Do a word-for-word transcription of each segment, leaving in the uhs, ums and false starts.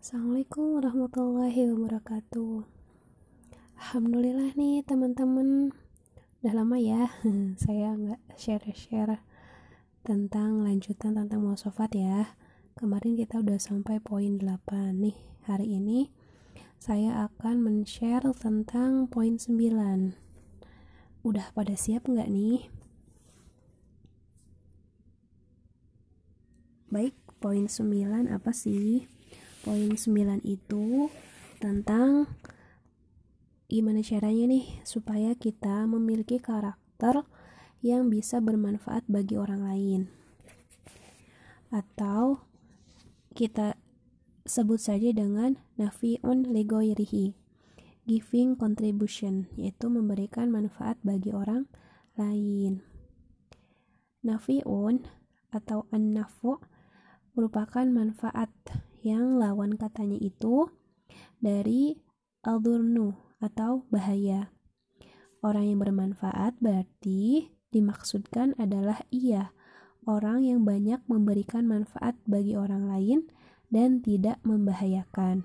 Assalamualaikum warahmatullahi wabarakatuh. Alhamdulillah nih teman-teman, udah lama ya saya nggak share-share tentang lanjutan tentang muasafat ya. Kemarin kita udah sampai poin delapan nih. Hari ini saya akan men-share tentang poin sembilan. Udah pada siap nggak nih? Baik, poin sembilan apa sih? Poin sembilan itu tentang gimana caranya nih supaya kita memiliki karakter yang bisa bermanfaat bagi orang lain, atau kita sebut saja dengan nafi'un ligoirihi, giving contribution, yaitu memberikan manfaat bagi orang lain. Nafi'un atau an-nafu' merupakan manfaat yang lawan katanya itu dari al-dhurnu atau bahaya. Orang yang bermanfaat berarti dimaksudkan adalah ia, orang yang banyak memberikan manfaat bagi orang lain dan tidak membahayakan.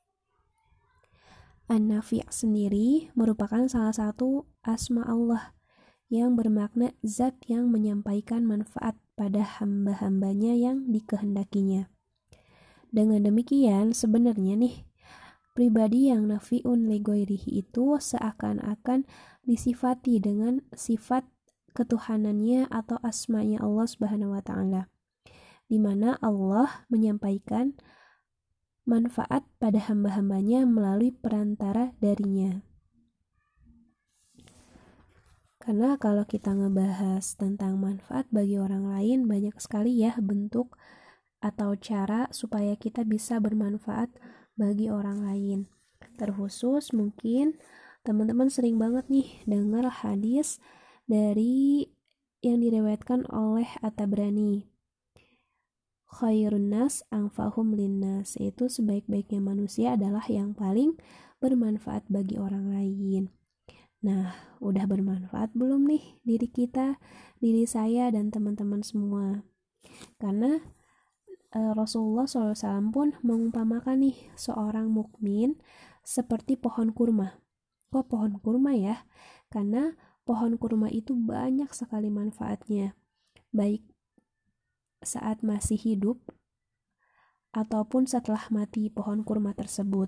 An-nafi' sendiri merupakan salah satu asma Allah yang bermakna zat yang menyampaikan manfaat pada hamba-hambanya yang dikehendakinya. Dengan demikian, sebenarnya nih, pribadi yang nafi'un ligoirihi itu seakan-akan disifati dengan sifat ketuhanannya atau asmanya Allah Subhanahu wa taala, di mana Allah menyampaikan manfaat pada hamba-hambanya melalui perantara darinya. Karena kalau kita ngebahas tentang manfaat bagi orang lain, banyak sekali ya bentuk atau cara supaya kita bisa bermanfaat bagi orang lain. Terkhusus mungkin teman-teman sering banget nih dengar hadis dari yang direwetkan oleh At-Tabrani. Khairun nas anfa'hum linnas, yaitu sebaik-baiknya manusia adalah yang paling bermanfaat bagi orang lain. Nah, udah bermanfaat belum nih diri kita, diri saya dan teman-teman semua? Karena Rasulullah shallallahu alaihi wasallam pun mengumpamakan nih seorang mukmin seperti pohon kurma. Kok pohon kurma ya? Karena pohon kurma itu banyak sekali manfaatnya, baik saat masih hidup ataupun setelah mati pohon kurma tersebut.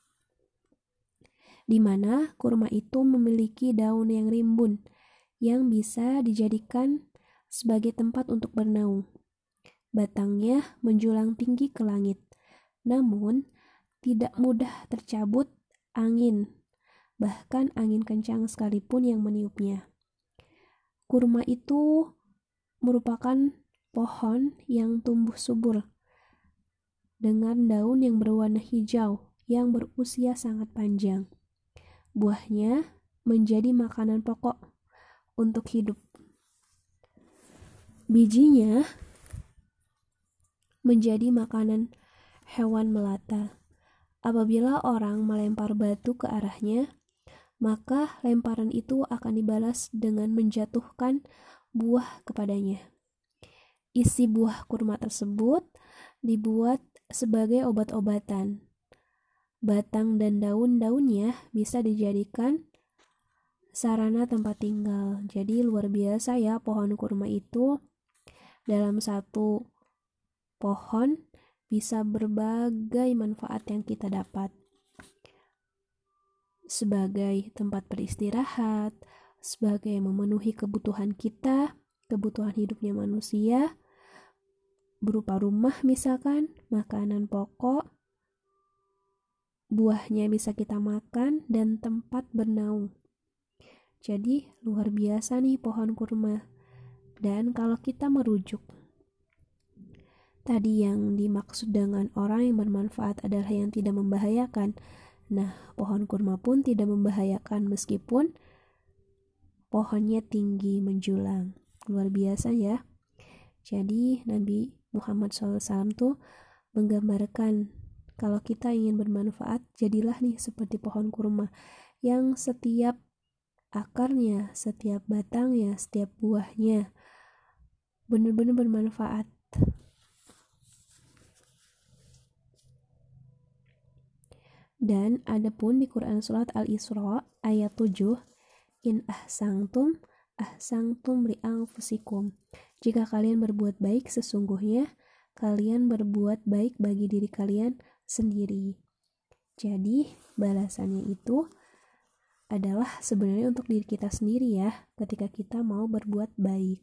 Di mana kurma itu memiliki daun yang rimbun yang bisa dijadikan sebagai tempat untuk bernaung. Batangnya menjulang tinggi ke langit, namun tidak mudah tercabut angin, bahkan angin kencang sekalipun yang meniupnya. Kurma itu merupakan pohon yang tumbuh subur dengan daun yang berwarna hijau yang berusia sangat panjang. Buahnya menjadi makanan pokok untuk hidup. Bijinya menjadi makanan hewan melata. Apabila orang melempar batu ke arahnya, maka lemparan itu akan dibalas dengan menjatuhkan buah kepadanya. Isi buah kurma tersebut dibuat sebagai obat-obatan. Batang dan daun-daunnya bisa dijadikan sarana tempat tinggal. Jadi luar biasa ya pohon kurma itu. Dalam satu pohon bisa berbagai manfaat yang kita dapat, sebagai tempat beristirahat, sebagai memenuhi kebutuhan kita, kebutuhan hidupnya manusia, berupa rumah misalkan, makanan pokok, buahnya bisa kita makan, dan tempat bernaung. Jadi luar biasa nih pohon kurma. Dan kalau kita merujuk tadi yang dimaksud dengan orang yang bermanfaat adalah yang tidak membahayakan. Nah, pohon kurma pun tidak membahayakan meskipun pohonnya tinggi menjulang. Luar biasa ya. Jadi Nabi Muhammad shallallahu alaihi wasallam tuh menggambarkan kalau kita ingin bermanfaat, jadilah nih seperti pohon kurma yang setiap akarnya, setiap batangnya, setiap buahnya benar-benar bermanfaat. Dan adapun di Quran surat Al-Isra ayat tujuh, in ahsantum ahsantum li anfusikum. Jika kalian berbuat baik, sesungguhnya kalian berbuat baik bagi diri kalian sendiri. Jadi balasannya itu adalah sebenarnya untuk diri kita sendiri ya, ketika kita mau berbuat baik.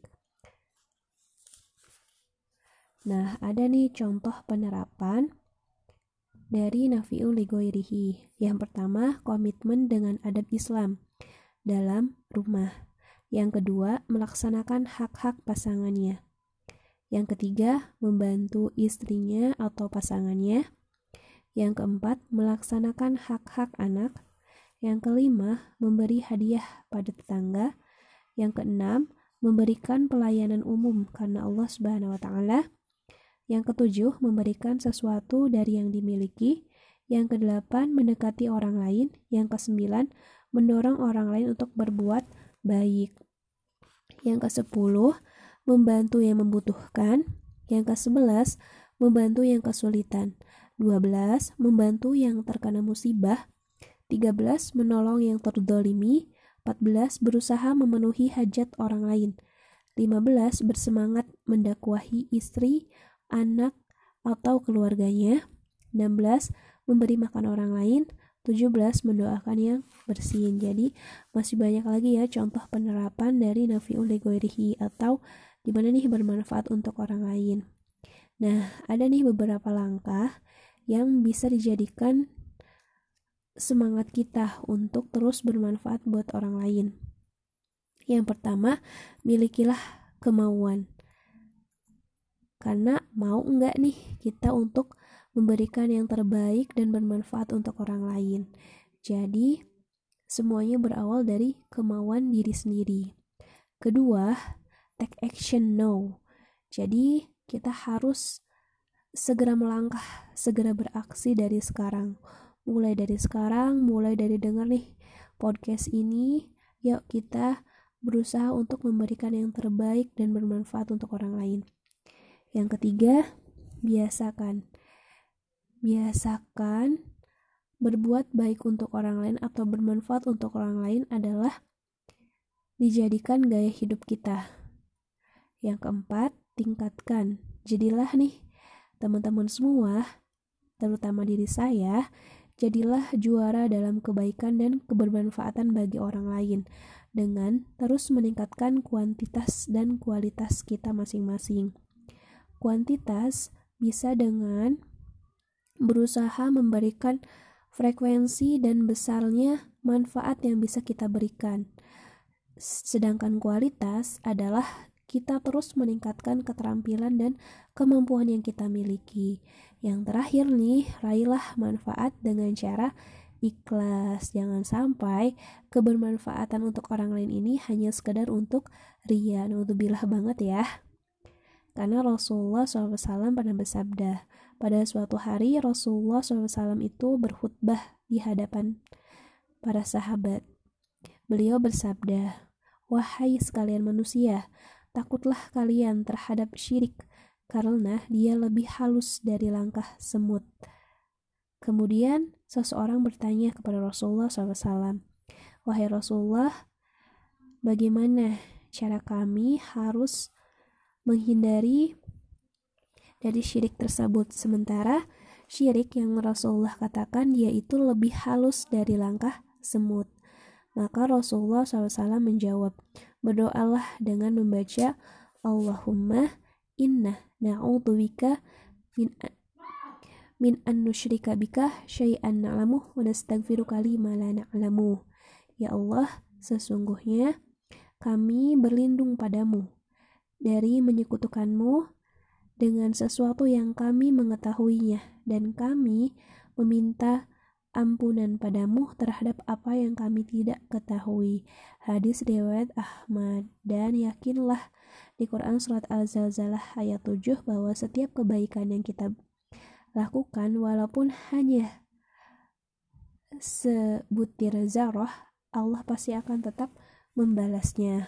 Nah, ada nih contoh penerapan dari nafi'ul li ghairihi. Yang pertama, komitmen dengan adab Islam dalam rumah. Yang kedua, melaksanakan hak-hak pasangannya. Yang ketiga, membantu istrinya atau pasangannya. Yang keempat, melaksanakan hak-hak anak. Yang kelima, memberi hadiah pada tetangga. Yang keenam, memberikan pelayanan umum karena Allah Subhanahu wa taala. Yang ketujuh, memberikan sesuatu dari yang dimiliki. Yang kedelapan, mendekati orang lain. Yang kesembilan, mendorong orang lain untuk berbuat baik. Yang kesepuluh, membantu yang membutuhkan. Yang kesebelas, membantu yang kesulitan. Dua belas, membantu yang terkena musibah. Tiga belas, menolong yang terdolimi. Empat belas, berusaha memenuhi hajat orang lain. Lima belas, bersemangat mendakwahi istri, anak, atau keluarganya. Enam belas, memberi makan orang lain. Tujuh belas, mendoakan yang bersin. Jadi masih banyak lagi ya contoh penerapan dari nafi'ul li ghairihi, atau gimana nih bermanfaat untuk orang lain. Nah, ada nih beberapa langkah yang bisa dijadikan semangat kita untuk terus bermanfaat buat orang lain. Yang pertama, milikilah kemauan. Karena mau enggak nih kita untuk memberikan yang terbaik dan bermanfaat untuk orang lain. Jadi, semuanya berawal dari kemauan diri sendiri. Kedua, take action now. Jadi, kita harus segera melangkah, segera beraksi dari sekarang. Mulai dari sekarang, mulai dari dengar nih podcast ini, yuk kita berusaha untuk memberikan yang terbaik dan bermanfaat untuk orang lain. Yang ketiga, biasakan. Biasakan berbuat baik untuk orang lain atau bermanfaat untuk orang lain adalah dijadikan gaya hidup kita. Yang keempat, tingkatkan. Jadilah nih teman-teman semua, terutama diri saya, jadilah juara dalam kebaikan dan kebermanfaatan bagi orang lain dengan terus meningkatkan kuantitas dan kualitas kita masing-masing. Kuantitas bisa dengan berusaha memberikan frekuensi dan besarnya manfaat yang bisa kita berikan. Sedangkan kualitas adalah kita terus meningkatkan keterampilan dan kemampuan yang kita miliki. Yang terakhir nih, raihlah manfaat dengan cara ikhlas. Jangan sampai kebermanfaatan untuk orang lain ini hanya sekedar untuk ria. Naudzubillah banget ya. Karena Rasulullah shallallahu alaihi wasallam pernah bersabda, pada suatu hari Rasulullah shallallahu alaihi wasallam itu berkhutbah di hadapan para sahabat. Beliau bersabda, wahai sekalian manusia, takutlah kalian terhadap syirik, karena dia lebih halus dari langkah semut. Kemudian seseorang bertanya kepada Rasulullah shallallahu alaihi wasallam, wahai Rasulullah, bagaimana cara kami harus menghindari dari syirik tersebut? Sementara syirik yang Rasulullah katakan dia itu lebih halus dari langkah semut. Maka Rasulullah shallallahu alaihi wasallam menjawab, berdoalah dengan membaca Allahumma inna na'udzubika min min an nusyrika bika syai'an na'lamu wa nastaghfiruka lima la na'lamu. Ya Allah, sesungguhnya kami berlindung padamu dari menyekutukanmu dengan sesuatu yang kami mengetahuinya, dan kami meminta ampunan padamu terhadap apa yang kami tidak ketahui. Hadis riwayat Ahmad. Dan yakinlah di Quran surat Al-Zalzalah ayat tujuh bahwa setiap kebaikan yang kita lakukan, walaupun hanya sebutir zarah, Allah pasti akan tetap membalasnya.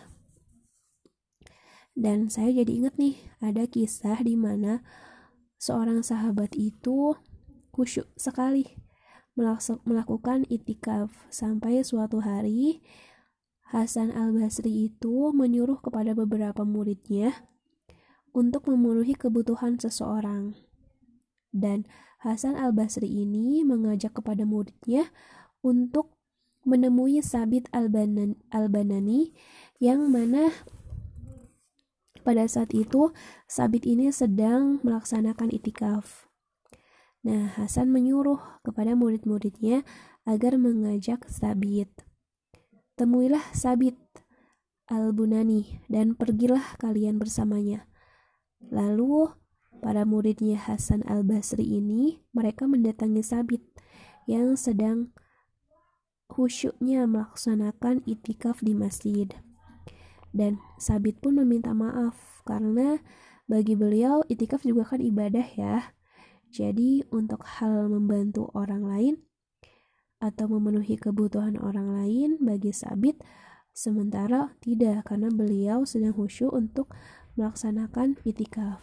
Dan saya jadi ingat nih, ada kisah di mana seorang sahabat itu khusyuk sekali melakukan itikaf sampai suatu hari Hasan al-Basri itu menyuruh kepada beberapa muridnya untuk memenuhi kebutuhan seseorang. Dan Hasan al-Basri ini mengajak kepada muridnya untuk menemui Sabit al-Banani yang mana pada saat itu Sabit ini sedang melaksanakan itikaf. Nah, Hasan menyuruh kepada murid-muridnya agar mengajak Sabit. Temuilah Sabit al-Bunani dan pergilah kalian bersamanya. Lalu para muridnya Hasan al-Basri ini mereka mendatangi Sabit yang sedang khusyuknya melaksanakan itikaf di masjid. Dan Sabit pun meminta maaf karena bagi beliau itikaf juga kan ibadah ya. Jadi untuk hal membantu orang lain atau memenuhi kebutuhan orang lain bagi Sabit sementara tidak, karena beliau sedang khusyuk untuk melaksanakan itikaf.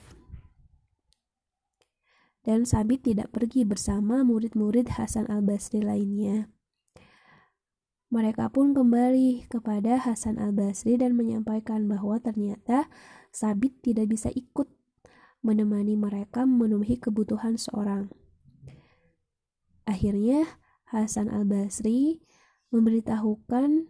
Dan Sabit tidak pergi bersama murid-murid Hasan al-Basri lainnya. Mereka pun kembali kepada Hasan al-Basri dan menyampaikan bahwa ternyata Sabit tidak bisa ikut menemani mereka memenuhi kebutuhan seorang. Akhirnya Hasan al-Basri memberitahukan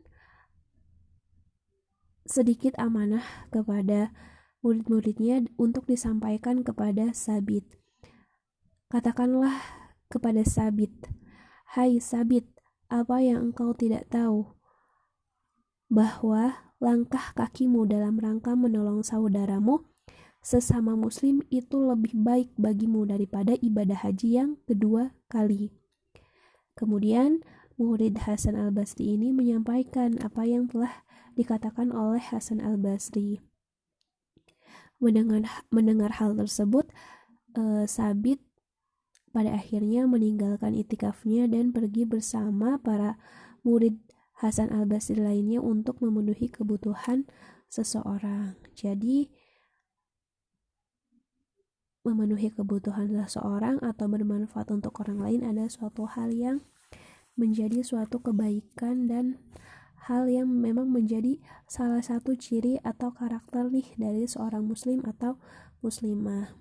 sedikit amanah kepada murid-muridnya untuk disampaikan kepada Sabit. Katakanlah kepada Sabit, "Hai Sabit, apa yang engkau tidak tahu? Bahwa langkah kakimu dalam rangka menolong saudaramu sesama muslim itu lebih baik bagimu daripada ibadah haji yang kedua kali." Kemudian murid Hasan al-Basri ini menyampaikan apa yang telah dikatakan oleh Hasan al-Basri. Mendengar, mendengar hal tersebut, eh, Sabit pada akhirnya meninggalkan itikafnya dan pergi bersama para murid Hasan al-Basri lainnya untuk memenuhi kebutuhan seseorang. Jadi memenuhi kebutuhan seseorang atau bermanfaat untuk orang lain adalah suatu hal yang menjadi suatu kebaikan dan hal yang memang menjadi salah satu ciri atau karakter nih dari seorang muslim atau muslimah.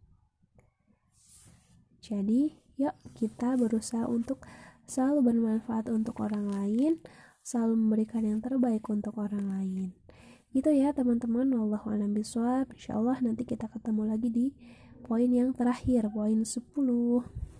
Jadi yuk kita berusaha untuk selalu bermanfaat untuk orang lain, selalu memberikan yang terbaik untuk orang lain. Gitu ya teman-teman, wallahu a'lam bishawab. Insyaallah nanti kita ketemu lagi di poin yang terakhir, poin sepuluh.